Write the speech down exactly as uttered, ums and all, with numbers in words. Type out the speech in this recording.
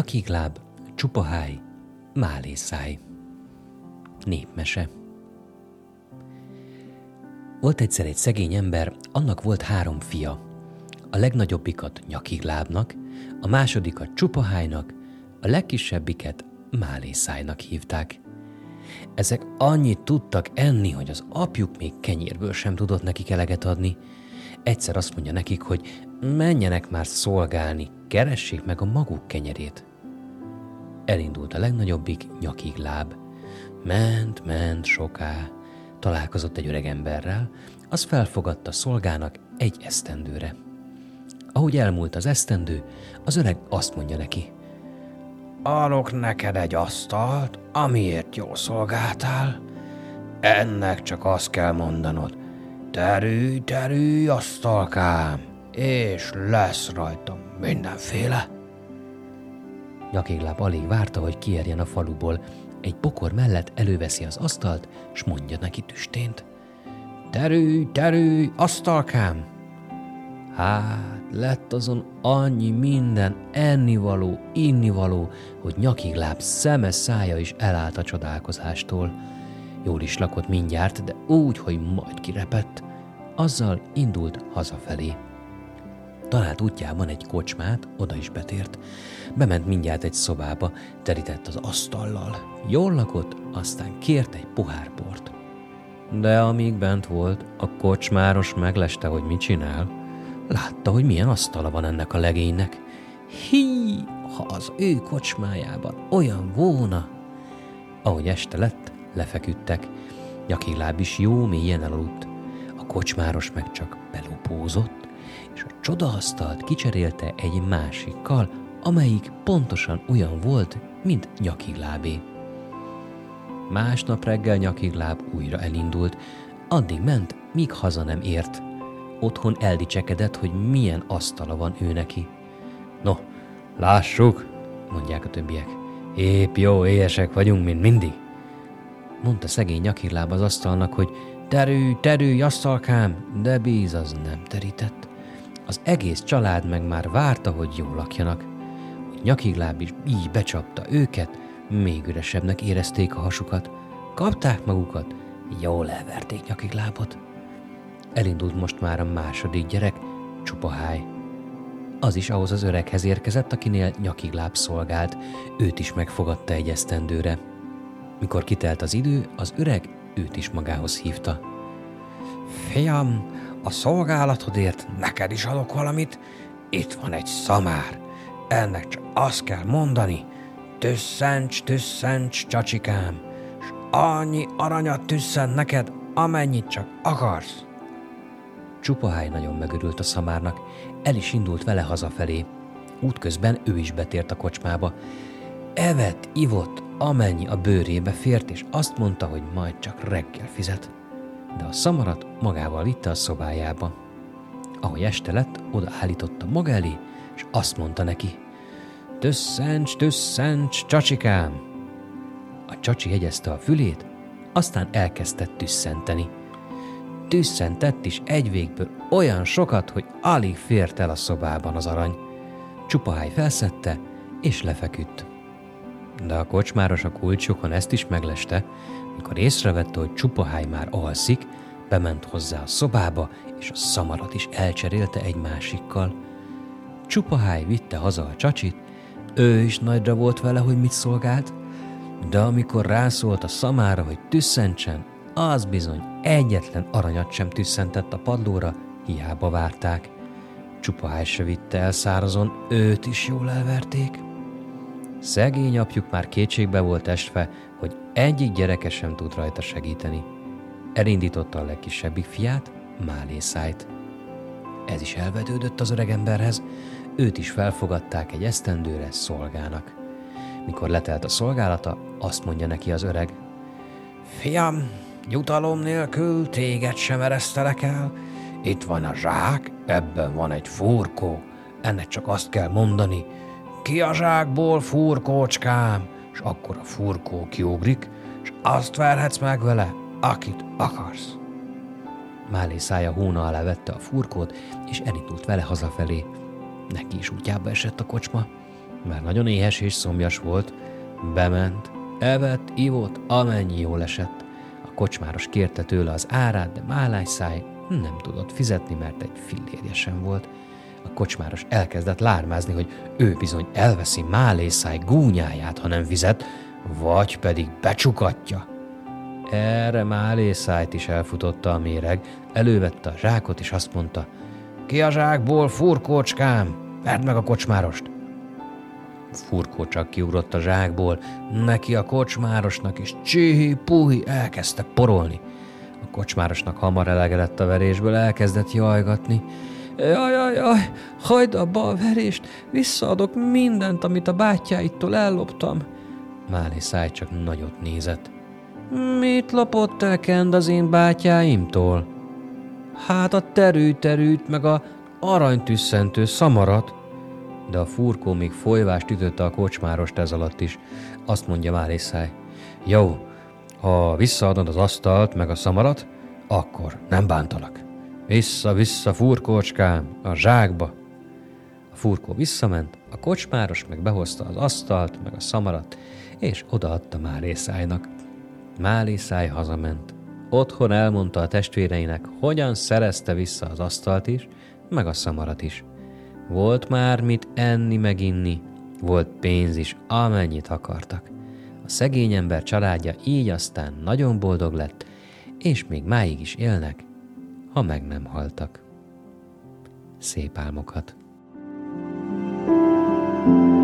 Nyakigláb, csupaháj, málészáj. Népmese. Volt egyszer egy szegény ember, annak volt három fia. A legnagyobbikat Nyakiglábnak, a másodikat Csupahájnak, a legkisebbiket Málészájnak hívták. Ezek annyit tudtak enni, hogy az apjuk még kenyérből sem tudott nekik eleget adni. Egyszer azt mondja nekik, hogy menjenek már szolgálni, keressék meg a maguk kenyerét. Elindult a legnagyobbik, Nyakigláb. Ment, ment soká, találkozott egy öreg emberrel, az felfogadta szolgának egy esztendőre. Ahogy elmúlt az esztendő, az öreg azt mondja neki: adok neked egy asztalt, amiért jól szolgáltál. Ennek csak azt kell mondanod: terülj, terülj, asztalkám, és lesz rajta mindenféle. Nyakigláb alig várta, hogy kiérjen a faluból. Egy bokor mellett előveszi az asztalt, s mondja neki tüstént: terülj, terülj, asztalkám! Hát, lett azon annyi minden ennivaló, innivaló, hogy Nyakigláb szeme, szája is elállt a csodálkozástól. Jól is lakott mindjárt, de úgy, hogy majd kirepett. Azzal indult hazafelé. Talált útjában egy kocsmát, oda is betért. Bement mindjárt egy szobába, terített az asztallal. Jól lakott, aztán kért egy pohár bort. De amíg bent volt, a kocsmáros megleste, hogy mit csinál. Látta, hogy milyen asztala van ennek a legénynek. Hí, ha az ő kocsmájában olyan volna! Ahogy este lett, lefeküdtek. Nyakigláb is jó mélyen elaludt. A kocsmáros meg csak belopózott, és a csodaasztalt kicserélte egy másikkal, amelyik pontosan olyan volt, mint Nyakiglábé. Másnap reggel Nyakigláb újra elindult, addig ment, míg haza nem ért. Otthon eldicsekedett, hogy milyen asztala van ő neki. No, lássuk, mondják a többiek. Épp jó éhesek vagyunk, mint mindig. Mondta szegény Nyakigláb az asztalnak, hogy terülj, terülj, asztalkám, de bíz az nem terített. Az egész család meg már várta, hogy jól lakjanak. Hogy Nyakigláb is így becsapta őket, még üresebbnek érezték a hasukat. Kapták magukat, jól elverték Nyakiglábot. Elindult most már a második gyerek, Csupaháj. Az is ahhoz az öreghez érkezett, akinél Nyakigláb szolgált. Őt is megfogadta egy esztendőre. Mikor kitelt az idő, az öreg őt is magához hívta. Fiam, a szolgálatodért neked is adok valamit. Itt van egy szamár. Ennek csak azt kell mondani: tüsszents, tüsszents, csacsikám, s annyi aranyat tüsszent neked, amennyit csak akarsz. Csupaháj nagyon megörült a szamárnak, el is indult vele hazafelé. Útközben ő is betért a kocsmába. Evett, ivott, amennyi a bőrébe fért, és azt mondta, hogy majd csak reggel fizet. De a szamarat magával vitte a szobájába. Ahogy este lett, odaállította maga elé, és azt mondta neki: tüsszents, tüsszents, csacsikám! A csacsi hegyezte a fülét, aztán elkezdett tüsszenteni. Tüsszentett is egyvégből olyan sokat, hogy alig fért el a szobában az arany. Csupaháj felszedte, és lefeküdt. De a kocsmáros a kulcsokon ezt is megleste, mikor észrevette, hogy Csupaháj már alszik, bement hozzá a szobába, és a szamarat is elcserélte egy másikkal. Csupaháj vitte haza a csacsit, ő is nagyra volt vele, hogy mit szolgált, de amikor rászólt a szamára, hogy tüsszentsen, az bizony egyetlen aranyat sem tüsszentett a padlóra, hiába várták. Csupaháj se vitte el szárazon, őt is jól elverték. Szegény apjuk már kétségbe volt esve, hogy egyik gyereke sem tud rajta segíteni. Elindította a legkisebbik fiát, Málészájt. Ez is elvedődött az öregemberhez, őt is felfogadták egy esztendőre szolgának. Mikor letelt a szolgálata, azt mondja neki az öreg: fiam, jutalom nélkül téged sem eresztelek el. Itt van a zsák, ebben van egy furkó. Ennek csak azt kell mondani: ki a zsákból, furkócskám? És akkor a furkó kiugrik, és azt verhetsz meg vele, akit akarsz. Málészája hóna alá vette a furkót, és elindult vele hazafelé. Neki is útjába esett a kocsma. mert nagyon éhes és szomjas volt. Bement, evett, ivott, amennyi jól esett. A kocsmáros kérte tőle az árát, de Málájszáj nem tudott fizetni, mert egy fillérje sem volt. A kocsmáros elkezdett lármázni, hogy ő bizony elveszi Málészáj gúnyáját, ha nem fizet, vagy pedig becsukatja. Erre Málészájt is elfutotta a méreg, elővette a zsákot, és azt mondta: ki a zsákból, furkócskám? Verd meg a kocsmárost! Furkó csak kiugrott a zsákból, neki a kocsmárosnak is csihi-puhi elkezdte porolni. A kocsmárosnak hamar elege lett a verésből, elkezdett jajgatni. Jaj, jaj, jaj, hagyd abba a verést, visszaadok mindent, amit a bátyáittól elloptam. Málészáj csak nagyot nézett. Mit lopott el Kend az én bátyáimtól? Hát a terű-terűt, meg a aranytüsszentő szamarat. De a furkó még folyvást ütötte a kocsmárost ez alatt is. Azt mondja Málészáj: jó, ha visszaadod az asztalt meg a szamarat, akkor nem bántalak. Vissza-vissza, furkócskám, a zsákba. A furkó visszament, a kocsmáros meg behozta az asztalt meg a szamarat, és odaadta Málészájnak. Málészáj hazament. Otthon elmondta a testvéreinek, hogyan szerezte vissza az asztalt is, meg a szamarat is. Volt már mit enni, meginni, volt pénz is, amennyit akartak. A szegény ember családja így aztán nagyon boldog lett, és még máig is élnek, ha meg nem haltak. Szép álmokat!